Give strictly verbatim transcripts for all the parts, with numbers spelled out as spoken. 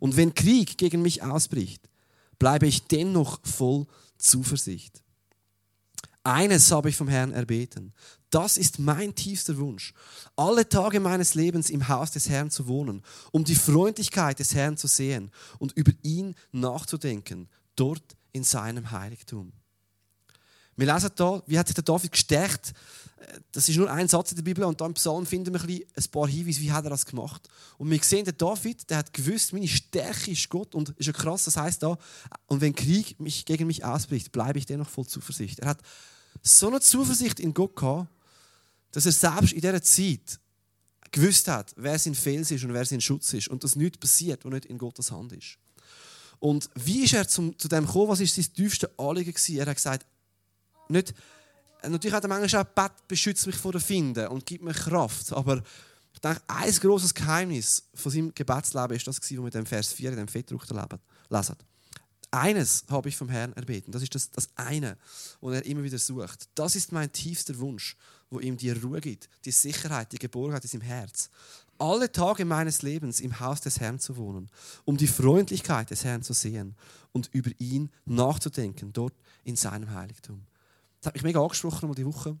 Und wenn Krieg gegen mich ausbricht, bleibe ich dennoch voll Zuversicht. Eines habe ich vom Herrn erbeten. Das ist mein tiefster Wunsch, alle Tage meines Lebens im Haus des Herrn zu wohnen, um die Freundlichkeit des Herrn zu sehen und über ihn nachzudenken, dort in seinem Heiligtum. Wir lesen hier, wie hat sich der David gestärkt. Das ist nur ein Satz in der Bibel und da im Psalm finden wir ein, ein paar Hinweise, wie hat er das gemacht. Und wir sehen, der David, der hat gewusst, meine Stärke ist Gott und ist ja krass, das heisst da, und wenn Krieg mich, gegen mich ausbricht, bleibe ich dennoch voll Zuversicht. Er hat so eine Zuversicht in Gott gehabt, dass er selbst in dieser Zeit gewusst hat, wer sein Fels ist und wer sein Schutz ist und dass nichts passiert, was nicht in Gottes Hand ist. Und wie ist er zum, zu dem gekommen? Was war sein tiefstes Anliegen gewesen? Er hat gesagt, nicht, natürlich hat er manchmal auch gebetet, beschützt mich vor den Finden und gibt mir Kraft, aber ich denke, ein grosses Geheimnis von seinem Gebetsleben ist das, was wir in dem Vers vier, in dem Fettdruck lesen. Eines habe ich vom Herrn erbeten. Das ist das, das eine, was er immer wieder sucht. Das ist mein tiefster Wunsch, wo ihm die Ruhe gibt, die Sicherheit, die Geborgenheit in seinem Herz. Alle Tage meines Lebens im Haus des Herrn zu wohnen, um die Freundlichkeit des Herrn zu sehen und über ihn nachzudenken, dort in seinem Heiligtum. Das hat mich mega angesprochen um die Woche.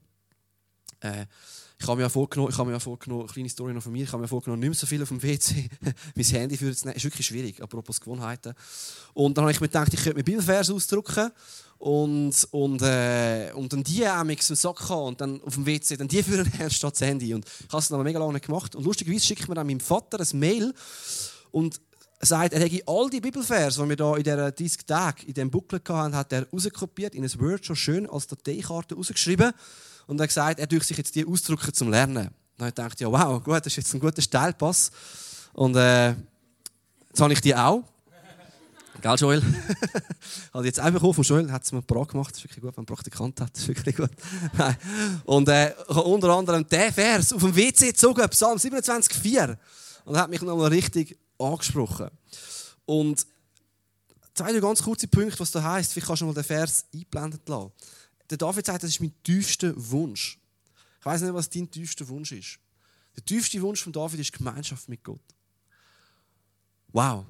Äh, ich habe mir ja vorgenommen, ich habe mir ja vorgenommen, eine kleine Story noch von mir, ich habe mir vorgenommen, nicht mehr so viel auf dem W C mein Handy für zu nehmen. Ist wirklich schwierig, apropos Gewohnheiten. Und dann habe ich mir gedacht, ich könnte mir Bibelvers ausdrucken und, und, äh, und dann die auch mit im Sack haben und dann auf dem W C dann die für den statt das Handy. Und ich habe es dann mega lange nicht gemacht. Und lustigerweise schickt mir dann meinem Vater ein Mail und er sagt, er hätte all die Bibelvers, die wir hier in diesen dreißig Tagen in diesem Booklet hatten, hat er rauskopiert, in ein Word schon schön als Dateikarte rausgeschrieben. Und er hat gesagt, er dürfte sich jetzt die ausdrucken zum Lernen. Dann habe ich gedacht, ja wow, gut, das ist jetzt ein guter Steilpass. Und äh, jetzt habe ich die auch. Gell, Joel? Also jetzt einfach auf von Joel, hat es mir brav gemacht. Das ist wirklich gut, wenn man einen Praktikant hat. Das ist wirklich gut. Und äh, unter anderem der Vers auf dem W C gezogen, Psalm siebenundzwanzig vier. Und er hat mich nochmal richtig angesprochen. Und zwei ganz kurze Punkte, was da heisst. Vielleicht kannst du mal den Vers eingeblendet lassen. Der David sagt, das ist mein tiefster Wunsch. Ich weiss nicht, was dein tiefster Wunsch ist. Der tiefste Wunsch von David ist Gemeinschaft mit Gott. Wow.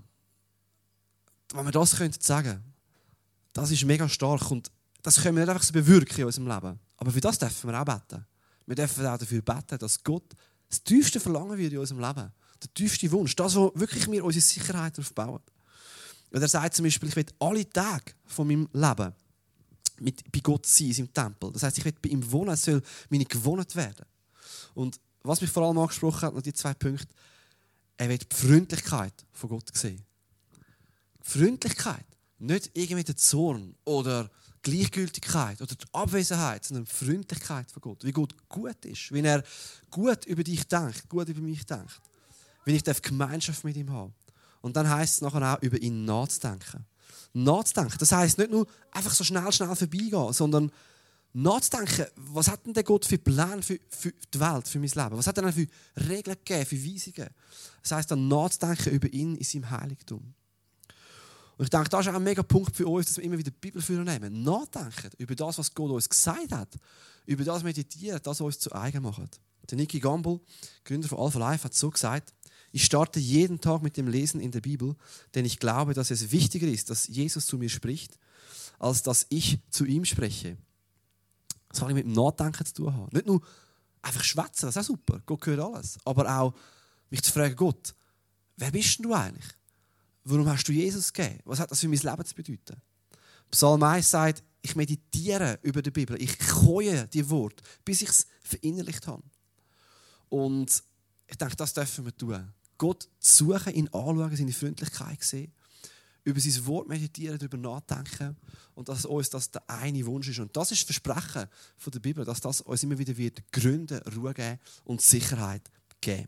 Wenn wir das sagen könnten, das ist mega stark. Und das können wir nicht einfach so bewirken in unserem Leben. Aber für das dürfen wir auch beten. Wir dürfen auch dafür beten, dass Gott das tiefste Verlangen wird in unserem Leben. Der tiefste Wunsch. Das, wo wirklich wir unsere Sicherheit aufbauen. Und er sagt zum Beispiel, ich will alle Tage von meinem Leben mit bei Gott sein, in seinem Tempel. Das heisst, ich will bei ihm wohnen, es soll meine gewohnt werden. Und was mich vor allem angesprochen hat, noch die zwei Punkte, er will die Freundlichkeit von Gott sehen. Freundlichkeit, nicht irgendwie der Zorn oder Gleichgültigkeit oder die Abwesenheit, sondern die Freundlichkeit von Gott. Wie Gott gut ist, wie er gut über dich denkt, gut über mich denkt. Wie ich Gemeinschaft mit ihm habe. Und dann heisst es nachher auch, über ihn nachzudenken. Nachzudenken, das heisst nicht nur einfach so schnell, schnell vorbeigehen, sondern nachzudenken, was hat denn der Gott für Pläne für, für die Welt, für mein Leben? Was hat er denn für Regeln gegeben, für Weisungen? Das heisst dann nachzudenken über ihn in seinem Heiligtum. Und ich denke, das ist auch ein mega Punkt für uns, dass wir immer wieder die Bibel nehmen. Nachdenken über das, was Gott uns gesagt hat. Über das meditieren, das, was uns zu eigen macht. Der Nicky Gamble, Gründer von Alpha Life, hat so gesagt, ich starte jeden Tag mit dem Lesen in der Bibel, denn ich glaube, dass es wichtiger ist, dass Jesus zu mir spricht, als dass ich zu ihm spreche. Das soll ich mit dem Nachdenken zu tun haben. Nicht nur einfach schwätzen, das ist auch super, Gott hört alles. Aber auch mich zu fragen, Gott, wer bist denn du eigentlich? Warum hast du Jesus gegeben? Was hat das für mein Leben zu bedeuten? Psalm eins sagt, ich meditiere über die Bibel, ich keue die Worte, bis ich es verinnerlicht habe. Und ich denke, das dürfen wir tun. Gott suchen, ihn anschauen, seine Freundlichkeit sehen, über sein Wort meditieren, darüber nachdenken und dass uns das der eine Wunsch ist. Und das ist das Versprechen von der Bibel, dass das uns immer wieder wird gründen, Ruhe geben und Sicherheit geben.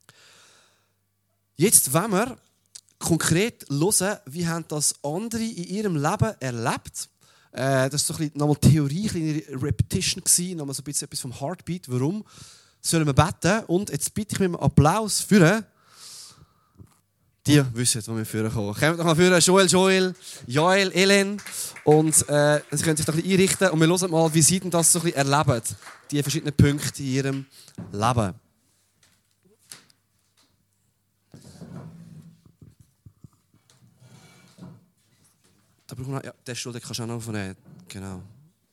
Jetzt wollen wir konkret hören, wie haben das andere in ihrem Leben erlebt. Äh, das war so ein bisschen, nochmal Theorie, eine kleine Repetition gewesen, nochmal so ein bisschen etwas vom Heartbeat. Warum sollen wir beten? Und jetzt bitte ich mit einem Applaus für die wissen, wo wir führen kommen. Kommt doch mal führen, Joel, Joel, Joel, Elen. Und äh, sie können sich da ein bisschen einrichten und wir hören mal, wie sie denn das so ein bisschen erleben, die verschiedenen Punkte in ihrem Leben. Da brauchen wir, ja, den Stuhl, den kannst du auch noch aufnehmen. Genau.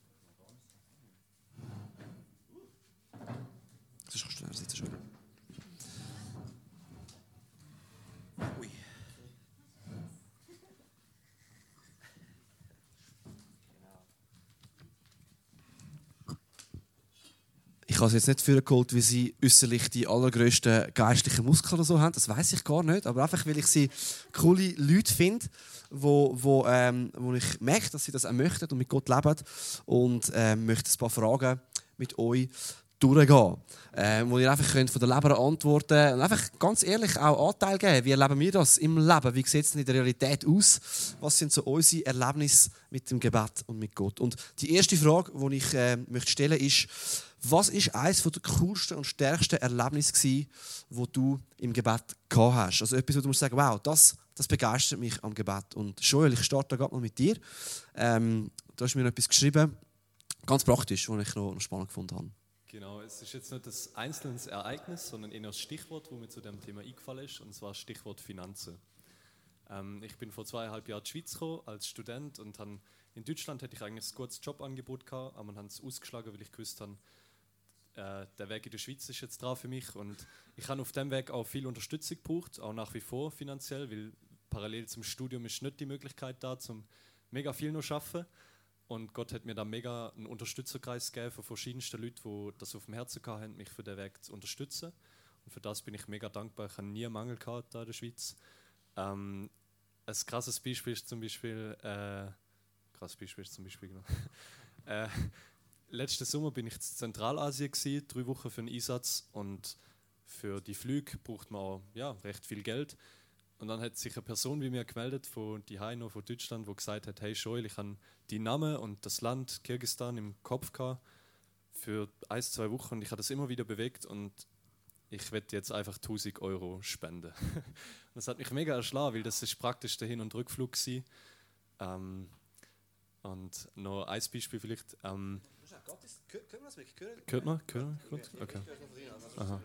Sonst kannst du da sitzen schon. Ui. Ich habe es jetzt nicht vorgeholt, weil sie äußerlich die allergrößten geistlichen Muskeln oder so haben. Das weiß ich gar nicht. Aber einfach, weil ich sie coole Leute finde, wo, wo, ähm, wo ich merke, dass sie das auch möchten und mit Gott leben. Und ähm, möchte ein paar Fragen mit euch durchgehen. Ähm, wo ihr einfach könnt von der Leber antworten und einfach ganz ehrlich auch Anteil geben. Wie erleben wir das im Leben? Wie sieht es in der Realität aus? Was sind so unsere Erlebnisse mit dem Gebet und mit Gott? Und die erste Frage, die ich äh, möchte stellen, ist: Was ist eines der coolsten und stärksten Erlebnisse gewesen, wo du im Gebet gehabt hast? Also etwas, wo du musst sagen, wow, das, das begeistert mich am Gebet. Und Joel, ich starte gerade mal mit dir. Ähm, du hast mir noch etwas geschrieben, ganz praktisch, was ich noch, noch spannend gefunden habe. Genau, es ist jetzt nicht das einzelne Ereignis, sondern eher das Stichwort, das mir zu dem Thema eingefallen ist, und zwar Stichwort Finanzen. Ähm, ich bin vor zweieinhalb Jahren in die Schweiz gekommen als Student und han, in Deutschland hätte ich eigentlich ein gutes Jobangebot gehabt, aber man hat es ausgeschlagen, weil ich gewusst habe, äh, der Weg in der Schweiz ist jetzt dran für mich, und ich habe auf dem Weg auch viel Unterstützung gebraucht, auch nach wie vor finanziell, weil parallel zum Studium ist nicht die Möglichkeit da, zum mega viel noch zu arbeiten. Und Gott hat mir da mega einen Unterstützerkreis gegeben von verschiedensten Leuten, die das auf dem Herzen hatten, mich für den Weg zu unterstützen. Und für das bin ich mega dankbar. Ich habe nie einen Mangel gehabt da in der Schweiz. Ähm, ein krasses Beispiel ist zum Beispiel, äh, krasses Beispiel ist zum Beispiel genau. äh, letzten Sommer bin ich in Zentralasien gewesen, drei Wochen für einen Einsatz, und für die Flüge braucht man auch ja, recht viel Geld. Und dann hat sich eine Person wie mir gemeldet, von die Heino von Deutschland, die gesagt hat: Hey Joel, ich habe die Namen und das Land Kirgisistan im Kopf gehabt für ein, zwei Wochen, und ich habe das immer wieder bewegt, und ich werde jetzt einfach tausend Euro spenden. Das hat mich mega erschlagen, weil das ist praktisch der Hin- und Rückflug war. Ähm, und noch ein Beispiel vielleicht. Ähm, Hört man? Hört man? Okay. Aha.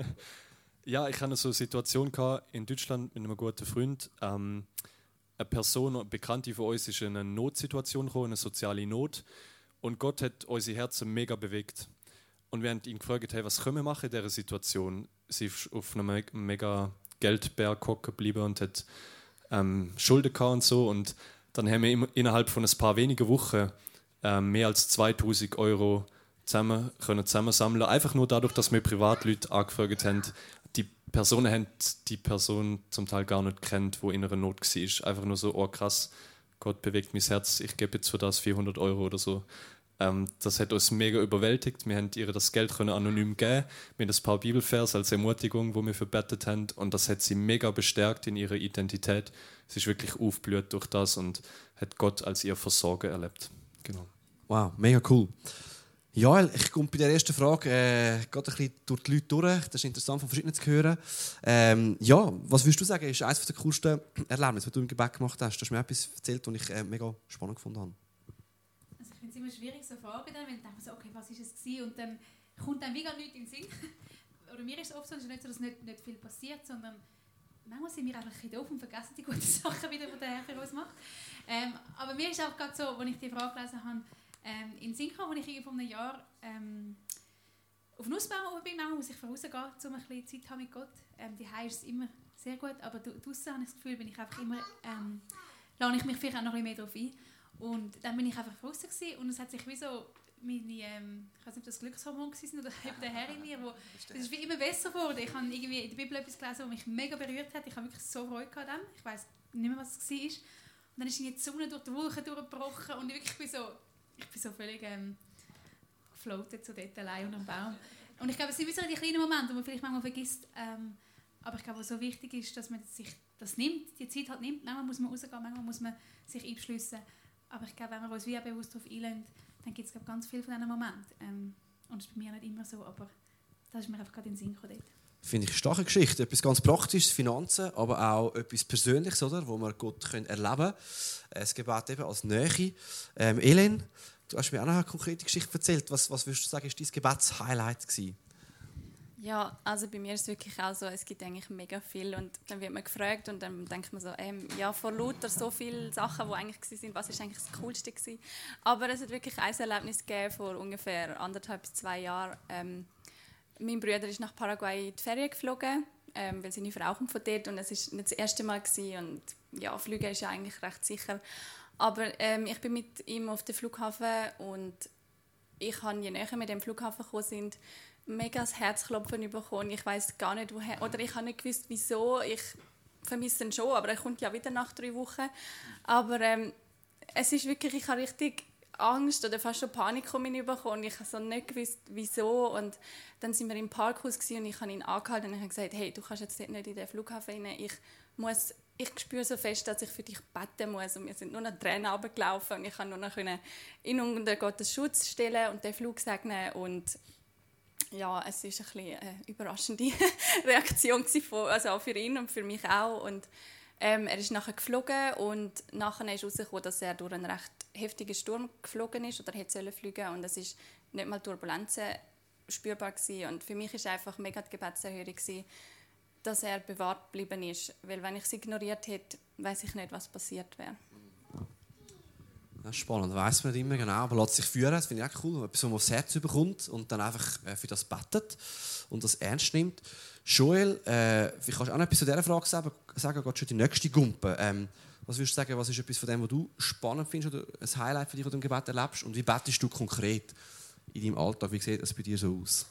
Ja, ich hatte so eine Situation gehabt, in Deutschland mit einem guten Freund. Ähm, eine Person, eine Bekannte von uns, ist in eine Notsituation gekommen, eine soziale Not. Und Gott hat unsere Herzen mega bewegt. Und wir haben ihn gefragt, hey, was können wir machen in dieser Situation? Sie ist auf einem mega Geldberg geblieben und hat ähm, Schulden gehabt und so. Und dann haben wir innerhalb von ein paar wenigen Wochen ähm, mehr als zweitausend Euro zusammen können zusammensammeln. Einfach nur dadurch, dass wir Privatleute angefragt haben. Die Personen haben die Person zum Teil gar nicht kennt, wo in einer Not war. Einfach nur so, oh krass, Gott bewegt mein Herz, ich gebe jetzt für das vierhundert Euro oder so. Ähm, das hat uns mega überwältigt. Wir haben ihr das Geld können anonym geben, mit ein paar Bibelvers als Ermutigung, wo wir verbetet haben. Und das hat sie mega bestärkt in ihrer Identität. Sie ist wirklich aufgeblüht durch das und hat Gott als ihr Versorger erlebt. Genau. Wow, mega cool. Joel, ich komme bei der ersten Frage äh, gerade ein bisschen durch die Leute durch. Das ist interessant, von verschiedenen zu hören. Ähm, ja, was würdest du sagen, ist eines der coolsten Erlebnisse, die du im Gebet gemacht hast? Du hast mir etwas erzählt, was ich äh, mega spannend gefunden habe. Also ich finde es immer schwierig, so Fragen, dann, weil ich denke so, okay, was ist es gewesen? Und dann kommt dann wieder nichts in den Sinn. Oder mir ist es oft so, es ist nicht so, dass nicht, nicht viel passiert, sondern manchmal sind wir einfach ein bisschen doof und vergessen die guten Sachen wieder, die der Herr für uns macht. Ähm, aber mir ist auch gerade so, als ich die Frage gelesen habe, ähm, in Sinn kam, als ich vor einem Jahr ähm, auf den Ausbau bin, manchmal muss ich vorausgehen, um ein bisschen Zeit zu haben mit Gott. Ähm, die Hause ist immer sehr gut, aber draussen habe ich das Gefühl, bin ich einfach immer, ähm, lade ich mich vielleicht auch noch ein bisschen mehr darauf ein. Und dann bin ich einfach draussen gewesen, und es hat sich wie so meine, ähm, ich weiß nicht, ob das Glückshormon war oder eben der Herr in mir, wo, das ist wie immer besser geworden. Ich habe irgendwie in der Bibel etwas gelesen, was mich mega berührt hat. Ich habe wirklich so Freude gehabt dann. Ich weiss nicht mehr, was es war. Und dann ist die Sonne durch die Wolken durchgebrochen und ich wirklich bin so, ich bin so völlig ähm, gefloatet, so dort allein unter dem Baum. Und ich glaube, es sind wie so die kleinen Momente, die man vielleicht manchmal vergisst. Ähm, aber ich glaube, was so wichtig ist, dass man sich das nimmt, die Zeit halt nimmt. Manchmal muss man rausgehen, manchmal muss man sich einschliessen. Aber ich glaube, wenn wir uns wie auch bewusst darauf einlösen, dann gibt es ganz viele von diesen Momenten. Ähm, und das ist bei mir nicht immer so, aber das ist mir einfach gerade in den Sinn gekommen. Finde ich eine starke Geschichte. Etwas ganz Praktisches, Finanzen, aber auch etwas Persönliches, oder? Wo wir Gott können erleben können. Das Gebet eben als Nähe. Ähm, Elen, du hast mir auch noch eine konkrete Geschichte erzählt. Was, was würdest du sagen, war dein Gebets-Highlight gewesen? Ja, also bei mir ist es wirklich auch so, es gibt eigentlich mega viel und dann wird man gefragt und dann denkt man so, ähm, ja, vor lauter so viele Sachen, die eigentlich waren, was ist eigentlich das Coolste gewesen. Aber es hat wirklich ein Erlebnis gegeben vor ungefähr anderthalb bis zwei Jahren. Ähm, mein Bruder ist nach Paraguay in die Ferien geflogen, ähm, weil seine Frau kommt von dort und es war nicht das erste Mal gewesen und ja, Fliegen ist ja eigentlich recht sicher. Aber ähm, ich bin mit ihm auf den Flughafen und ich habe, je näher wir mit dem Flughafen gekommen sind, mega das Herzklopfen bekommen. Ich weiß gar nicht, woher, oder ich habe nicht gewusst, wieso. Ich vermisse ihn schon, aber er kommt ja wieder nach drei Wochen. Aber ähm, es ist wirklich, ich habe richtig Angst oder fast schon Panik bekommen. Ich habe so nicht gewusst, wieso. Und dann sind wir im Parkhaus und ich habe ihn angehalten und ich habe gesagt, hey, du kannst jetzt nicht in den Flughafen rein. Ich muss, ich spüre so fest, dass ich für dich beten muss. Und wir sind nur noch Tränen runtergelaufen und ich konnte nur noch ihn unter Gottes Schutz stellen und den Flug segnen. Und ja, es war ein bisschen eine überraschende Reaktion von, also auch für ihn und für mich auch. Und, ähm, er ist nachher geflogen und nachher ist herausgekommen, dass er durch einen recht heftigen Sturm geflogen ist oder hätte sollen fliegen und es ist nicht mal Turbulenzen spürbar gewesen. Und für mich war es einfach mega die Gebetserhörung gewesen, dass er bewahrt geblieben ist, weil wenn ich es ignoriert hätte, weiß ich nicht, was passiert wäre. Das ist spannend, weiss man nicht immer genau, aber lässt sich führen, das finde ich auch cool, etwas, was man aufs Herz bekommt und dann einfach für das betet und das ernst nimmt. Joel, äh, vielleicht kannst du auch noch etwas zu dieser Frage sagen, sagen geht schon die nächste Gumpe. Ähm, was würdest du sagen, was ist etwas von dem, was du spannend findest oder ein Highlight für dich, das du im Gebet erlebst und wie betest du konkret in deinem Alltag, wie sieht das bei dir so aus?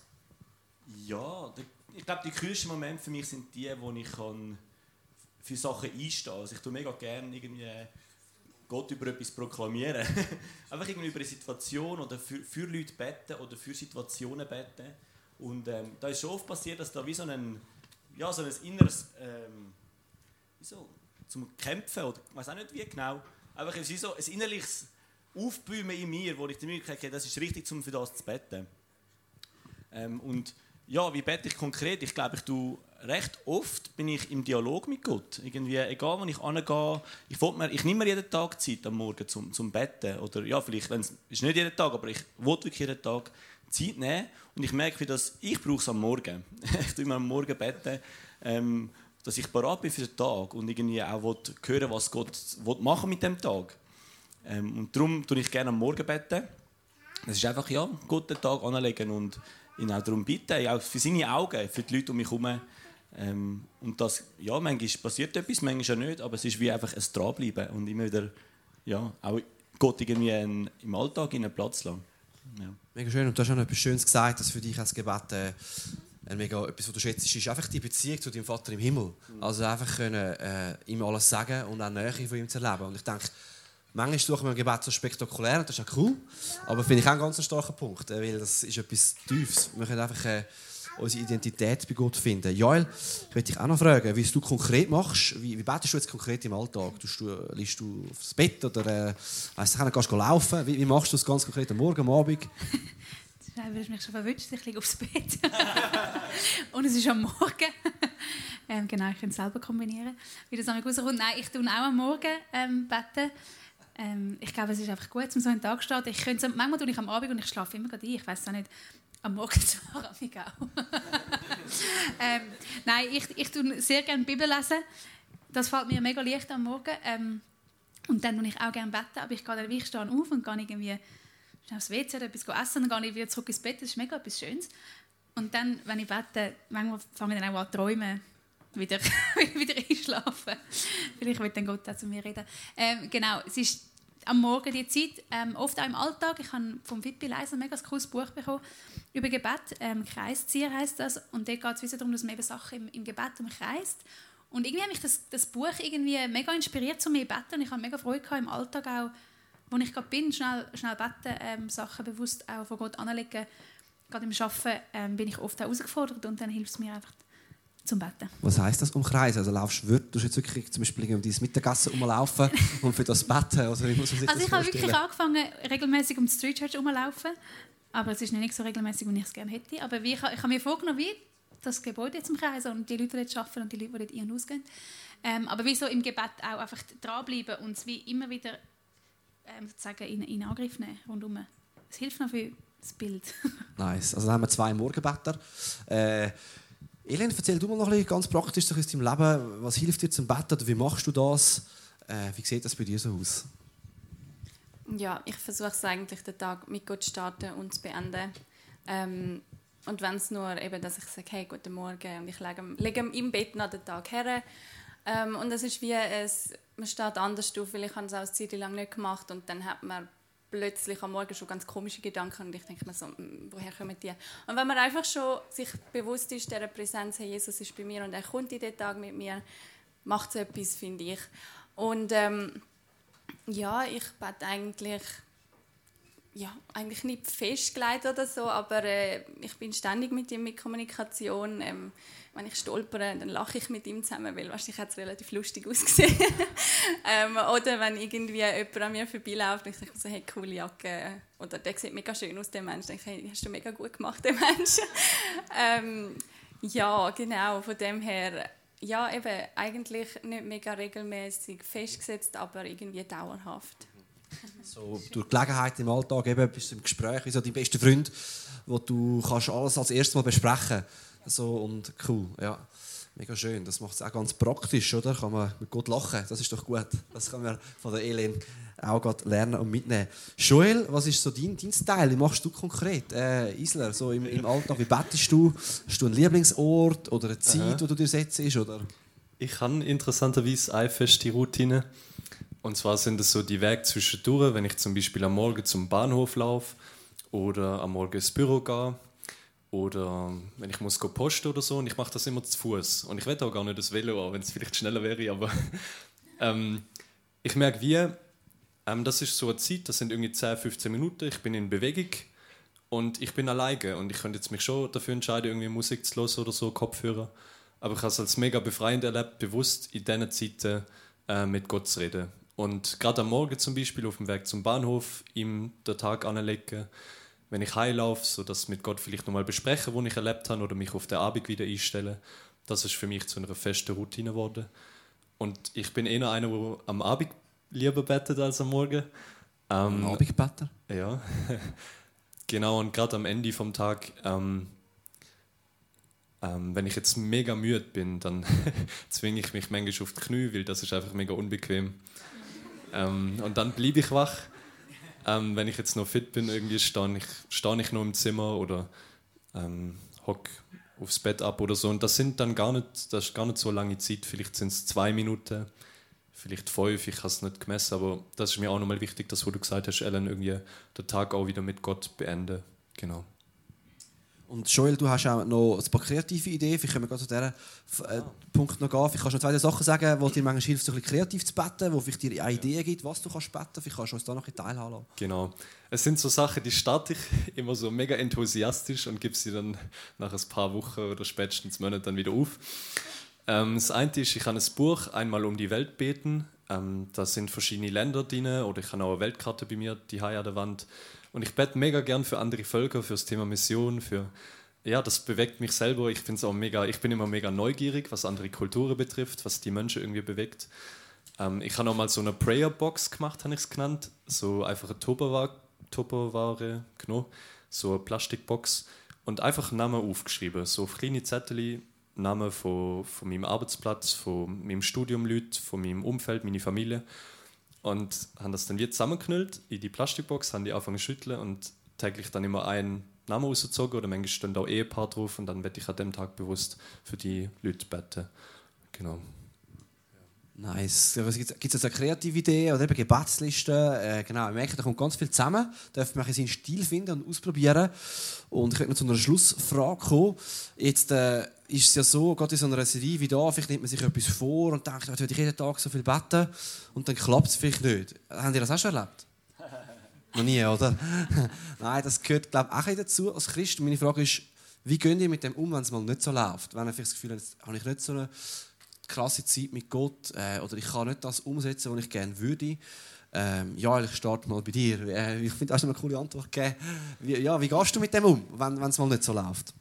Ja, ich glaube, die coolsten Momente für mich sind die, wo ich kann für Sachen einstehen kann. Also ich tue mega gerne irgendwie Gott über etwas proklamieren. Einfach irgendwie über eine Situation oder für, für Leute beten oder für Situationen beten. Und ähm, da ist schon oft passiert, dass da wie so ein, ja, so ein inneres, ähm, wie so, zum Kämpfen, oder ich weiß auch nicht wie genau, einfach es ist so ein innerliches Aufbäumen in mir, wo ich die Möglichkeit habe, das ist richtig, um für das zu beten. Ähm, und ja, wie bete ich konkret? Ich glaube, ich tue recht oft bin ich im Dialog mit Gott. Irgendwie, egal wo ich hingehe, ich, mir, ich nehme mir jeden Tag Zeit am Morgen zum, zum Betten. Oder ja, vielleicht, wenn es ist nicht jeden Tag, aber ich will wirklich jeden Tag Zeit nehmen. Und ich merke, dass ich brauche es am Morgen. Ich tue immer am Morgen beten, ähm, dass ich bereit bin für den Tag und irgendwie auch will hören, was Gott will machen mit dem Tag. Ähm, und darum tue ich gerne am Morgen beten. Das ist einfach, ja, Gott den Tag anlegen und ihn auch darum bitten, auch für seine Augen, für die Leute um mich herum. Ähm, und das, ja, manchmal passiert etwas, manchmal auch nicht, aber es ist wie einfach ein Dranbleiben und immer wieder, ja, auch Gott irgendwie in, im Alltag in einen Platz lassen. Ja. Mega schön. Und du hast auch noch etwas Schönes gesagt, dass für dich als Gebet äh, mega, etwas, was du schätzt, ist einfach die Beziehung zu deinem Vater im Himmel. Mhm. Also einfach können, äh, ihm alles sagen und auch Nähe von ihm zu erleben. Und ich denke, manchmal suchen wir ein Gebet so spektakulär und das ist auch cool, aber finde ich auch einen ganz starken Punkt, weil das ist etwas Tiefes. Wir können einfach äh, unsere Identität bei Gott finden. Joel, ich möchte dich auch noch fragen, wie du konkret machst. Wie, wie betest du jetzt konkret im Alltag? Du, liegst du aufs Bett oder äh, weiss ich, gehst du laufen? Wie, wie machst du das ganz konkret am Morgen, am Abend? Du hast mich schon verwünscht, ich liege aufs Bett. Und es ist am Morgen. ähm, genau, ich kann es selber kombinieren, wie das am rauskommt. Nein, ich tue auch am Morgen ähm, beten. Ähm, ich glaube, es ist einfach gut, um so einen Tag zu starten. Ich könnte, manchmal tue ich am Abend und ich schlafe immer gerade ein. Ich weiss auch nicht, am Morgen zwar, aber ich auch. ähm, nein, ich, ich tue sehr gerne Bibel lesen. Das fällt mir mega leicht am Morgen. Ähm, und dann tue ich auch gerne beten, aber ich gehe dann, ich stehe auf und gehe irgendwie aufs W C oder etwas essen und dann gehe ich wieder zurück ins Bett. Das ist mega etwas Schönes. Und dann, wenn ich bete, manchmal fange ich dann auch an zu träumen. Wieder, wieder einschlafen. Vielleicht wird dann Gott auch zu mir reden. Ähm, genau, es ist am Morgen die Zeit, ähm, oft auch im Alltag. Ich habe vom Fitbi Leiser ein mega cooles Buch bekommen über Gebet. Ähm, Kreiszieher heisst das. Und dort geht es darum, dass man eben Sachen im, im Gebet umkreist. Und irgendwie hat mich das, das Buch irgendwie mega inspiriert, zu mehr beten. Und ich habe mega Freude gehabt, im Alltag auch, wo ich gerade bin, schnell, schnell beten, ähm, Sachen bewusst auch von Gott anlegen. Gerade im Arbeiten ähm, bin ich oft auch herausgefordert und dann hilft es mir einfach zum Betten. Was heisst das umkreisen? Also laufst du, du jetzt wirklich zum Beispiel um dein Mittagessen rumlaufen und für das Betten? Also, wie muss man sich also das ich habe wirklich angefangen, regelmäßig um die Street Church rumlaufen, aber es ist nicht so regelmäßig, wie ich es gerne hätte. Aber wie ich, ich habe mir vorgenommen, wie das Gebäude jetzt umkreisen und die Leute, die dort arbeiten und die Leute, die dort ein- und ausgehen. Ähm, aber wie so im Gebet auch einfach dranbleiben und es wie immer wieder ähm, sozusagen in, in Angriff nehmen rundherum. Es hilft noch für das Bild. Nice. Also dann haben wir zwei Morgenbetter. Äh, Elin, erzähl du mal noch ein bisschen ganz praktisch so aus deinem Leben. Was hilft dir zum Betten oder wie machst du das? Äh, wie sieht das bei dir so aus? Ja, ich versuche es eigentlich, den Tag mit Gott zu starten und zu beenden. Ähm, und wenn es nur eben, dass ich sage, hey, guten Morgen, und ich lege, lege im Bett noch den Tag her. Ähm, und es ist wie, es, man steht anders auf, weil ich habe es auch eine Zeit lang nicht gemacht und dann hat man plötzlich am Morgen schon ganz komische Gedanken und ich denke mir so, woher kommen die? Und wenn man einfach schon sich bewusst ist, dieser Präsenz, hey, Jesus ist bei mir und er kommt in den Tag mit mir, macht es etwas, finde ich. Und ähm, ja, ich bete eigentlich, ja, eigentlich nicht festgelegt oder so, aber äh, ich bin ständig mit ihm mit Kommunikation. Ähm, wenn ich stolpere, dann lache ich mit ihm zusammen, weil wahrscheinlich hat es relativ lustig ausgesehen. ähm, oder wenn irgendwie jemand an mir vorbeiläuft und ich denke so, hey, coole Jacke, oder der sieht mega schön aus, der Mensch, dann denke ich, hey, hast du mega gut gemacht, der Mensch. ähm, ja, genau, von dem her, ja, eben, eigentlich nicht mega regelmäßig festgesetzt, aber irgendwie dauerhaft. So, durch Gelegenheit im Alltag eben, bist du im Gespräch wie so dein bester Freund, wo du kannst alles als erstes Mal besprechen kannst. So, und cool, ja. Mega schön. Das macht es auch ganz praktisch, oder? Kann man mit Gott lachen. Das ist doch gut. Das können wir von der Elin auch gerade lernen und mitnehmen. Joel, was ist so dein, dein Style? Wie machst du konkret? Äh, Isler, so im, im Alltag, wie bettest du? Hast du einen Lieblingsort oder eine Zeit, Aha. wo du dir setzt? Oder? Ich habe interessanterweise eine feste Routine. Und zwar sind es so die Wege zwischendurch, wenn ich zum Beispiel am Morgen zum Bahnhof laufe oder am Morgen ins Büro gehe oder wenn ich muss posten oder so. Und ich mache das immer zu Fuß. Und ich will auch gar nicht das Velo an, wenn es vielleicht schneller wäre. Aber ähm, ich merke, wie, ähm, das ist so eine Zeit, das sind irgendwie zehn, fünfzehn Minuten. Ich bin in Bewegung und ich bin alleine. Und ich könnte jetzt mich schon dafür entscheiden, irgendwie Musik zu hören oder so, Kopfhörer. Aber ich habe es als mega befreiend erlebt, bewusst in diesen Zeiten äh, mit Gott zu reden. Und gerade am Morgen zum Beispiel auf dem Weg zum Bahnhof ihm den Tag anlegen, wenn ich heimlaufe, so das mit Gott vielleicht nochmal besprechen, was ich erlebt habe oder mich auf den Abend wieder einstellen. Das ist für mich zu einer festen Routine geworden. Und ich bin eher einer, der am Abend lieber bettet als am Morgen. Ähm, am Abend betten? Ja, genau. Und gerade am Ende vom Tag, ähm, ähm, wenn ich jetzt mega müde bin, dann zwinge ich mich manchmal auf die Knie, weil das ist einfach mega unbequem. Ähm, und dann bleibe ich wach. Ähm, wenn ich jetzt noch fit bin, irgendwie stehe ich, stehe ich noch im Zimmer oder ähm, hocke aufs Bett ab oder so. Und das sind dann gar nicht, das ist gar nicht so lange Zeit. Vielleicht sind es zwei Minuten, vielleicht fünf, ich habe es nicht gemessen. Aber das ist mir auch nochmal wichtig, das, was du gesagt hast, Ellen, irgendwie den Tag auch wieder mit Gott beenden. Genau. Und Joel, du hast auch noch ein paar kreative Ideen. Vielleicht können wir gerade zu diesem äh, Punkt noch gehen. Vielleicht kannst du noch zwei Sachen sagen, die dir manchmal hilft, so ein bisschen kreativ zu beten, wo vielleicht dir eine Idee gibt, was du kannst beten. Vielleicht kannst du uns da noch ein bisschen teilhaben lassen. Genau. Es sind so Sachen, die starte ich immer so mega enthusiastisch und gebe sie dann nach ein paar Wochen oder spätestens Monaten dann wieder auf. Ähm, das eine ist, ich habe ein Buch «Einmal um die Welt beten». Ähm, da sind verschiedene Länder drin oder ich habe auch eine Weltkarte bei mir, die hier an der Wand. Und ich bete mega gern für andere Völker, für das Thema Mission, für ja, das bewegt mich selber. Ich find's auch mega, ich bin immer mega neugierig, was andere Kulturen betrifft, was die Menschen irgendwie bewegt. Ähm, ich habe auch mal so eine Prayer Box gemacht, habe ich es genannt, so einfach eine Tupperware, Tupperware, genau, so eine Plastikbox und einfach Namen aufgeschrieben, so kleine Zettel, Namen von, von meinem Arbeitsplatz, von meinem Studium, Leute, von meinem Umfeld, meine Familie. Und haben das dann wieder zusammengeknüllt in die Plastikbox, haben die angefangen zu schütteln und täglich dann immer einen Namen rausgezogen oder manchmal stehen auch Ehepaar drauf und dann werde ich an dem Tag bewusst für die Leute beten. Genau. Nice. Gibt es jetzt eine kreative Idee oder eben Gebetslisten? Äh, genau, ich merke, da kommt ganz viel zusammen. Da darf man seinen Stil finden und ausprobieren. Und ich möchte noch zu einer Schlussfrage kommen. Jetzt äh, ist es ja so, gerade in so einer Serie wie da, vielleicht nimmt man sich etwas vor und denkt, heute will ich jeden Tag so viel beten und dann klappt es vielleicht nicht. Habt ihr das auch schon erlebt? Noch nie, oder? Nein, das gehört, glaube ich, auch dazu als Christ. Und meine Frage ist, wie geht ihr mit dem um, wenn es mal nicht so läuft? Wenn ihr vielleicht das Gefühl habt, jetzt habe ich nicht so eine krasse Zeit mit Gott äh, oder ich kann nicht das umsetzen, was ich gerne würde. Ähm, ja, ich starte mal bei dir. Äh, ich finde, du hast eine coole Antwort gegeben. Wie, ja, wie gehst du mit dem um, wenn es mal nicht so läuft?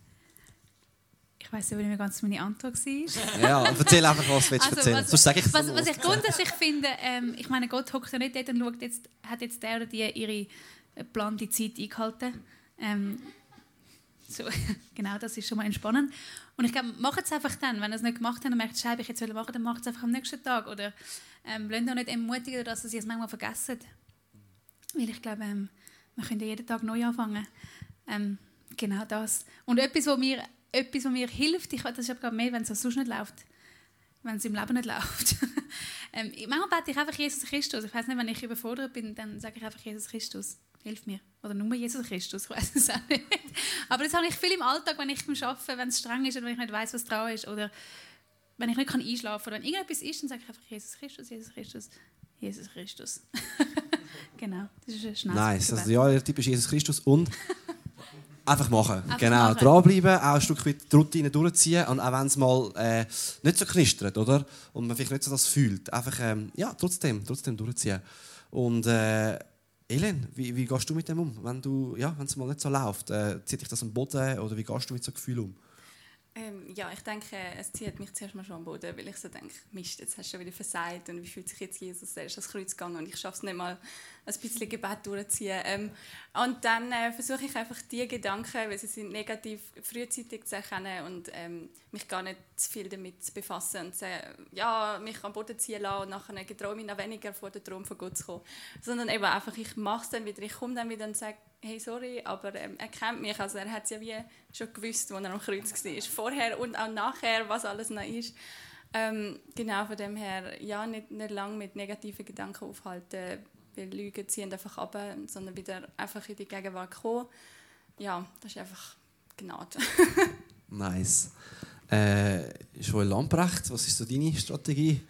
Ich weiss nicht mehr ganz, meine Antwort war. Ja, erzähl einfach, was du also, erzählen was, willst. Sag ich was, was ich grundsätzlich finde, ähm, ich meine, Gott hockt ja nicht dort und schaut, jetzt, hat jetzt der oder die ihre geplante Zeit eingehalten. Ähm, so, genau, das ist schon mal entspannend. Und ich glaube, macht es einfach dann. Wenn ihr es nicht gemacht habt und merkt, Scheibe, ich jetzt will machen, dann macht es einfach am nächsten Tag. Oder ähm, lasst euch nicht ermutigen, dass ihr es manchmal vergessen. Weil ich glaube, ähm, wir können jeden Tag neu anfangen. Ähm, genau das. Und etwas, was mir, etwas, was mir hilft, ich, das ist aber mehr, wenn es sonst nicht läuft. Wenn es im Leben nicht läuft. ähm, manchmal bete ich einfach Jesus Christus. Ich weiß nicht, wenn ich überfordert bin, dann sage ich einfach Jesus Christus. Hilf mir. Oder nur Jesus Christus, ich weiß es auch nicht. Aber das habe ich viel im Alltag, wenn ich arbeite, wenn es streng ist oder wenn ich nicht weiss, was dran ist. Oder wenn ich nicht einschlafen kann. Oder wenn irgendetwas ist, dann sage ich einfach Jesus Christus, Jesus Christus, Jesus Christus. Genau, das ist ein schnelles Nice, also ja, der Typ ist Jesus Christus und einfach machen. Einfach genau, machen. Dranbleiben, auch ein Stück weit die Routine durchziehen und auch wenn es mal äh, nicht so knistert, oder? Und man vielleicht nicht so das fühlt, einfach ähm, ja, trotzdem, trotzdem durchziehen. Und äh, Elen, wie, wie gehst du mit dem um, wenn du, ja, wenn es mal nicht so läuft? Äh, zieht dich das am Boden oder wie gehst du mit so Gefühlen um? Ähm, ja, ich denke, es zieht mich zuerst mal schon am Boden, weil ich so denke, Mist, jetzt hast du schon wieder versagt und wie fühlt sich jetzt Jesus, er ist ans Kreuz gegangen und ich schaffe es nicht mal, ein bisschen Gebet durchzuziehen. Ähm, und dann äh, versuche ich einfach die Gedanken, weil sie sind negativ, frühzeitig zu erkennen und ähm, mich gar nicht zu viel damit zu befassen und zu, ja, mich am Boden ziehen lassen und nachher getraue mich noch weniger vor den Thron von Gott zu kommen. Sondern eben einfach, ich mache es dann wieder, ich komme dann wieder und sage, hey, sorry, aber ähm, er kennt mich, also er hat es ja wie schon gewusst, als er am Kreuz war. Vorher und auch nachher, was alles noch ist. Ähm, genau, von dem her, ja, nicht, nicht lange mit negativen Gedanken aufhalten, weil Lügen ziehen einfach ab, sondern wieder einfach in die Gegenwart kommen. Ja, das ist einfach Gnade. Nice. Äh, Joel Lamprecht, was ist so deine Strategie?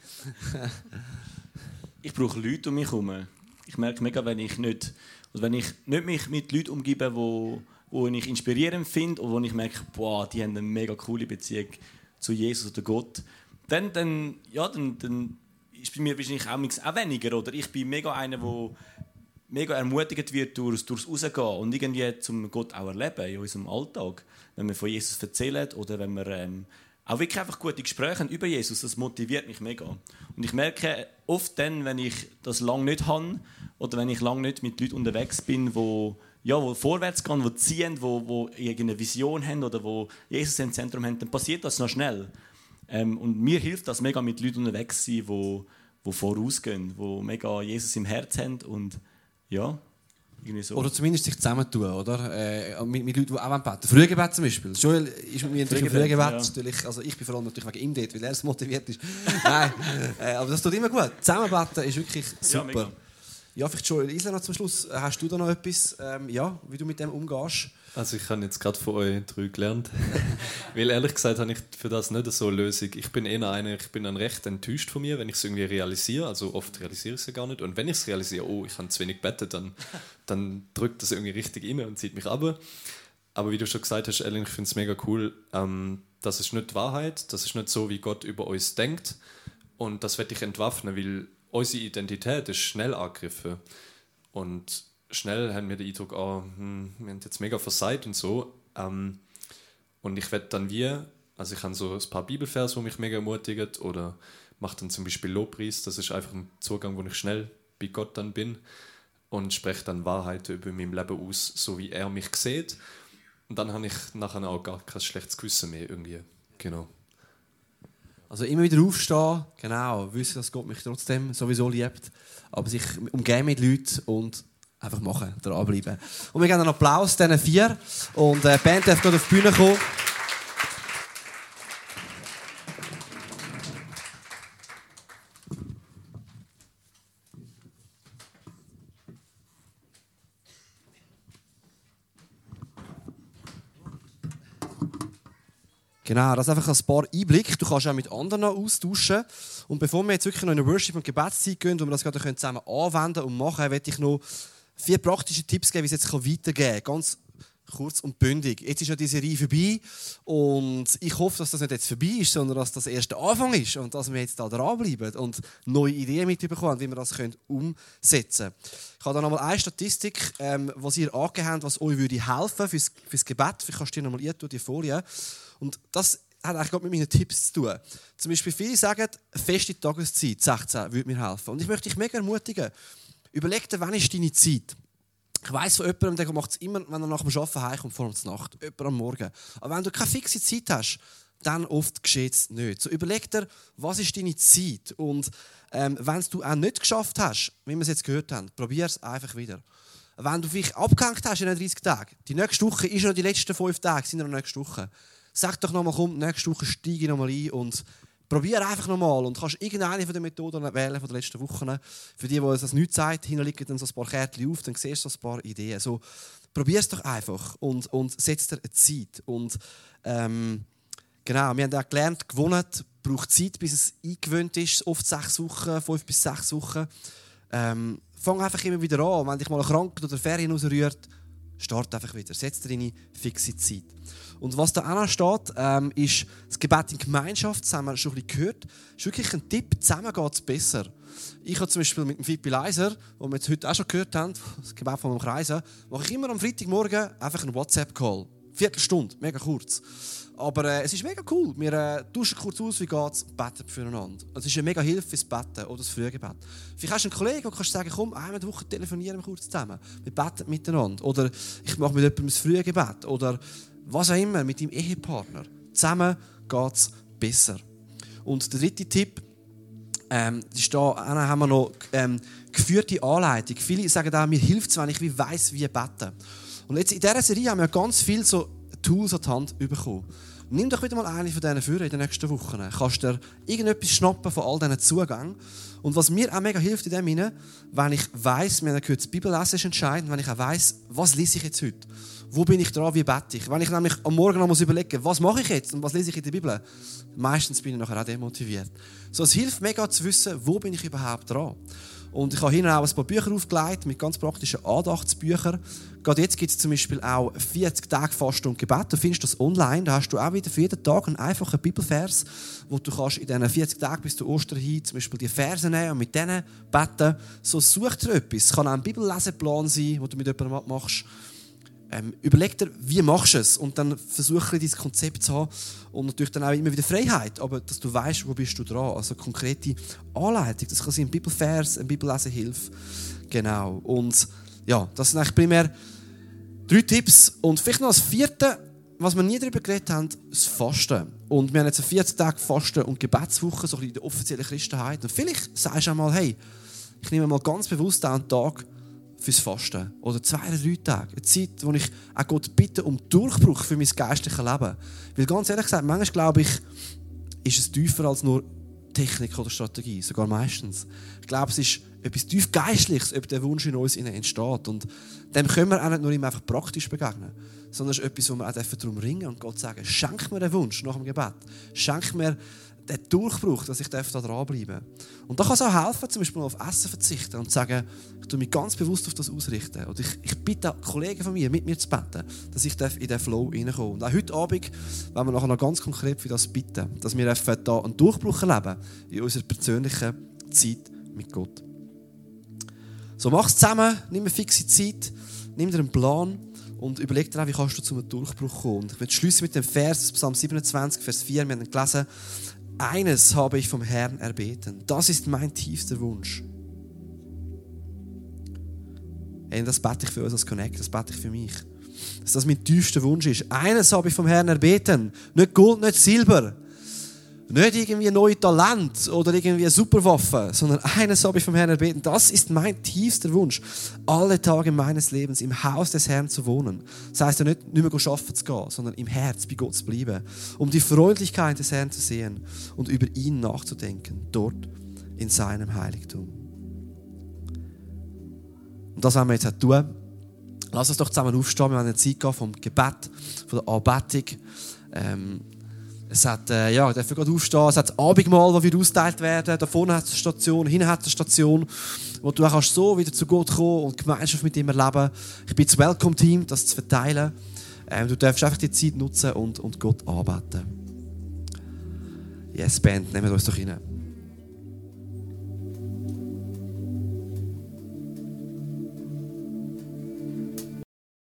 Ich brauche Leute um mich herum. Ich merke mega, wenn ich nicht, also wenn ich nicht mich mit Leuten umgebe, wo, wo ich inspirierend finde und wo ich merke, boah, die haben eine mega coole Beziehung zu Jesus oder Gott, dann, dann, ja, dann, dann ist bei mir wahrscheinlich auch, auch weniger. Oder ich bin mega einer, der mega ermutigt wird durchs, durchs Rausgehen und irgendwie zum Gott auch erleben in unserem Alltag. Wenn wir von Jesus erzählen oder wenn wir ähm, auch wirklich einfach gute Gespräche haben über Jesus, das motiviert mich mega. Und ich merke oft dann, wenn ich das lange nicht habe oder wenn ich lange nicht mit Leuten unterwegs bin, die ja, wo vorwärts gehen, die ziehen, die wo irgendeine Vision haben oder wo Jesus im Zentrum haben, dann passiert das noch schnell. Ähm, und mir hilft das mega, mit Leuten unterwegs zu sein, die, die vorausgehen, die mega Jesus im Herz haben und ja, irgendwie so. Oder zumindest sich zusammentun, oder? Äh, mit, mit Leuten, die auch beten. Frühgebet zum Beispiel. Joel ist mit mir natürlich im Frühgebet. Ja. Natürlich, also ich bin vor allem natürlich wegen ihm dort, weil er es motiviert ist. Nein, äh, aber das tut immer gut. Zusammenbeten ist wirklich super. Ja, ja, vielleicht Joel Isler noch zum Schluss. Hast du da noch etwas, ähm, ja, wie du mit dem umgehst? Also ich habe jetzt gerade von euch drei gelernt. Weil ehrlich gesagt habe ich für das nicht so eine Lösung. Ich bin eher einer, ich bin dann recht enttäuscht von mir, wenn ich es irgendwie realisiere. Also oft realisiere ich es ja gar nicht. Und wenn ich es realisiere, oh, ich habe zu wenig gebettet, dann, dann drückt das irgendwie richtig rein und zieht mich ab. Aber wie du schon gesagt hast, Ellen, ich finde es mega cool. Ähm, das ist nicht die Wahrheit, das ist nicht so, wie Gott über uns denkt. Und das werde ich entwaffnen, weil unsere Identität ist schnell angegriffen. Und schnell haben wir den Eindruck, oh, hm, wir haben jetzt mega versagt und so. Ähm, und ich werde dann wie, also ich habe so ein paar Bibelverse, die mich mega ermutigen, oder mache dann zum Beispiel Lobpreis, das ist einfach ein Zugang, wo ich schnell bei Gott dann bin und spreche dann Wahrheiten über mein Leben aus, so wie er mich sieht. Und dann habe ich nachher auch gar kein schlechtes Gewissen mehr irgendwie. Genau. Also immer wieder aufstehen, genau, wissen, dass Gott mich trotzdem sowieso liebt, aber sich umgeben mit Leuten und einfach machen, dranbleiben. Und wir geben einen Applaus diesen vier und äh, die Band darf gerade auf die Bühne kommen. Genau, das ist einfach ein paar Einblicke. Du kannst auch mit anderen austauschen. Und bevor wir jetzt wirklich noch in eine Worship- und Gebetszeit gehen, wo wir das gerade zusammen anwenden und machen, möchte ich noch vier praktische Tipps geben, wie es jetzt weitergehen kann. Ganz kurz und bündig. Jetzt ist ja diese Serie vorbei und ich hoffe, dass das nicht jetzt vorbei ist, sondern dass das erst der Anfang ist und dass wir jetzt da dranbleiben und neue Ideen mitbekommen, wie wir das umsetzen können. Ich habe da nochmal eine Statistik, ähm, was ihr angegeben habt, was euch würde helfen fürs, fürs Gebet. Vielleicht kannst du dir nochmal eintun, die Folie. Und das hat eigentlich gerade mit meinen Tipps zu tun. Zum Beispiel viele sagen, eine feste Tageszeit, sechzehn, würde mir helfen. Und ich möchte dich mega ermutigen, überleg dir, wann ist deine Zeit? Ich weiss von jemandem, der macht es immer, wenn er nach dem Arbeiten heimkommt, vor der Nacht. Jemand am Morgen. Aber wenn du keine fixe Zeit hast, dann oft geschieht es nicht. So überleg dir, was ist deine Zeit? Und ähm, wenn du auch nicht geschafft hast, wie wir es jetzt gehört haben, probier es einfach wieder. Wenn du vielleicht abgehängt hast in den dreißig Tagen, die nächste Woche ist ja die letzten fünf Tage, sind ja noch nächste Woche. Sag doch nochmal, komm, nächste Woche steige ich nochmal ein und probier einfach nochmal. Und kannst irgendeine von den Methoden wählen von den letzten Wochen. Für die, die es das nichts sagt, hinten dann so ein paar Kärtchen auf, dann siehst du so ein paar Ideen. So, probier es doch einfach und, und setz dir eine Zeit. Und, ähm, genau, wir haben auch gelernt, gewonnen braucht Zeit, bis es eingewöhnt ist, oft sechs Wochen, fünf bis sechs Wochen. Ähm, fang einfach immer wieder an. Wenn dich mal eine Krankheit oder Ferien rausrührt, start einfach wieder. Setz dir deine fixe Zeit. Und was da auch noch steht, ähm, ist das Gebet in Gemeinschaft. Das haben wir schon ein bisschen gehört. Das ist wirklich ein Tipp, zusammen geht es besser. Ich habe zum Beispiel mit dem Fippi Leiser, den wir jetzt heute auch schon gehört haben, das Gebet von meinem Kreisen, mache ich immer am Freitagmorgen einfach einen WhatsApp-Call. Viertelstunde, mega kurz. Aber äh, es ist mega cool. Wir äh, tauschen kurz aus, wie geht es, beten füreinander. Es ist eine mega Hilfe fürs Beten oder das Frühgebet. Vielleicht hast du einen Kollegen, der kannst sagen, komm, einmal in der Woche telefonieren wir kurz zusammen. Wir beten miteinander. Oder ich mache mit jemandem das Frühgebet. Oder was auch immer, mit deinem Ehepartner. Zusammen geht es besser. Und der dritte Tipp, ähm, ist da haben wir noch ähm, geführte Anleitung. Viele sagen auch, mir hilft es, wenn ich weiss, wie beten. Und jetzt in dieser Serie haben wir ganz viele so Tools an die Hand bekommen. Nimm doch wieder mal eine von diesen für in den nächsten Wochen. Kannst du dir irgendetwas schnappen von all diesen Zugängen. Und was mir auch mega hilft in dem Sinne, wenn ich weiss, wir haben gehört, das Bibellesen ist entscheidend, wenn ich auch weiss, was lese ich jetzt heute? Wo bin ich dran, wie bete ich? Wenn ich nämlich am Morgen noch muss überlegen, was mache ich jetzt und was lese ich in der Bibel, meistens bin ich nachher auch demotiviert. So, es hilft mega zu wissen, wo bin ich überhaupt dran. Und ich habe hinten auch ein paar Bücher aufgelegt mit ganz praktischen Andachtsbüchern. Gerade jetzt gibt es zum Beispiel auch vierzig Tage Fasten und Gebet. Du findest das online. Da hast du auch wieder für jeden Tag einen einfachen Bibelvers, wo du kannst in diesen vierzig Tagen bis zu Ostern hin zum Beispiel die Verse nehmen und mit denen beten. So, such dir etwas. Es kann auch ein Bibelleseplan sein, den du mit jemandem machst. Ähm, überleg dir, wie machst du es und dann versuche dein Konzept zu haben und natürlich dann auch immer wieder Freiheit, aber dass du weißt, wo bist du dran, also konkrete Anleitung, das kann sein ein Bibelvers, eine Bibellesenhilfe, genau. Und ja, das sind eigentlich primär drei Tipps und vielleicht noch als vierte, was wir nie darüber geredet haben, das Fasten. Und wir haben jetzt vierzig Tage Fasten und Gebetswoche, so ein bisschen in der offiziellen Christenheit und vielleicht sagst du auch mal, hey, ich nehme mal ganz bewusst einen Tag fürs Fasten. Oder zwei oder drei Tage. Eine Zeit, wo ich auch Gott bitte um Durchbruch für mein geistliches Leben. Weil ganz ehrlich gesagt, manchmal glaube ich, ist es tiefer als nur Technik oder Strategie. Sogar meistens. Ich glaube, es ist etwas tief Geistliches, ob der Wunsch in uns entsteht. Und dem können wir auch nicht nur immer einfach praktisch begegnen, sondern es ist etwas, wo wir auch darum ringen und Gott sagen, schenk mir den Wunsch nach dem Gebet. Schenk mir den Durchbruch, dass ich da dranbleiben darf. Und da kann es auch helfen, zum Beispiel auf Essen verzichten und sagen, ich tue mich ganz bewusst auf das ausrichten. Und ich, ich bitte Kollegen von mir, mit mir zu beten, dass ich in diesen Flow reinkomme. Und auch heute Abend wollen wir nachher noch ganz konkret für das bitten, dass wir da einen Durchbruch erleben in unserer persönlichen Zeit mit Gott. So, mach es zusammen, nimm eine fixe Zeit, nimm dir einen Plan und überleg dir auch, wie kannst du zu einem Durchbruch kommen. Und ich möchte schließen mit dem Vers, Psalm siebenundzwanzig, Vers vier, wir haben gelesen, eines habe ich vom Herrn erbeten. Das ist mein tiefster Wunsch. Hey, das bete ich für uns als Connect, das bete ich für mich. Dass das mein tiefster Wunsch ist. Eines habe ich vom Herrn erbeten. Nicht Gold, nicht Silber. Nicht irgendwie neue Talent oder irgendwie eine Superwaffe, sondern eines habe ich vom Herrn erbeten. Das ist mein tiefster Wunsch. Alle Tage meines Lebens im Haus des Herrn zu wohnen. Das heisst ja nicht, nicht mehr arbeiten zu gehen, sondern im Herz bei Gott zu bleiben. Um die Freundlichkeit des Herrn zu sehen und über ihn nachzudenken. Dort in seinem Heiligtum. Und das wollen wir jetzt auch tun. Lass uns doch zusammen aufstehen. Wir haben eine Zeit vom Gebet, von der Anbetung. Ähm, Es hat, äh, ja, dürfen gerade aufstehen. Es hat das Abendmahl, das wieder ausgeteilt werden. Da vorne hat es eine Station, hinten hat es eine Station, wo du auch so wieder zu Gott kommen und Gemeinschaft mit ihm erleben. Ich bin das Welcome-Team, das zu verteilen. Ähm, du darfst einfach die Zeit nutzen und, und Gott anbeten. Yes, Band, nehmen wir uns doch rein.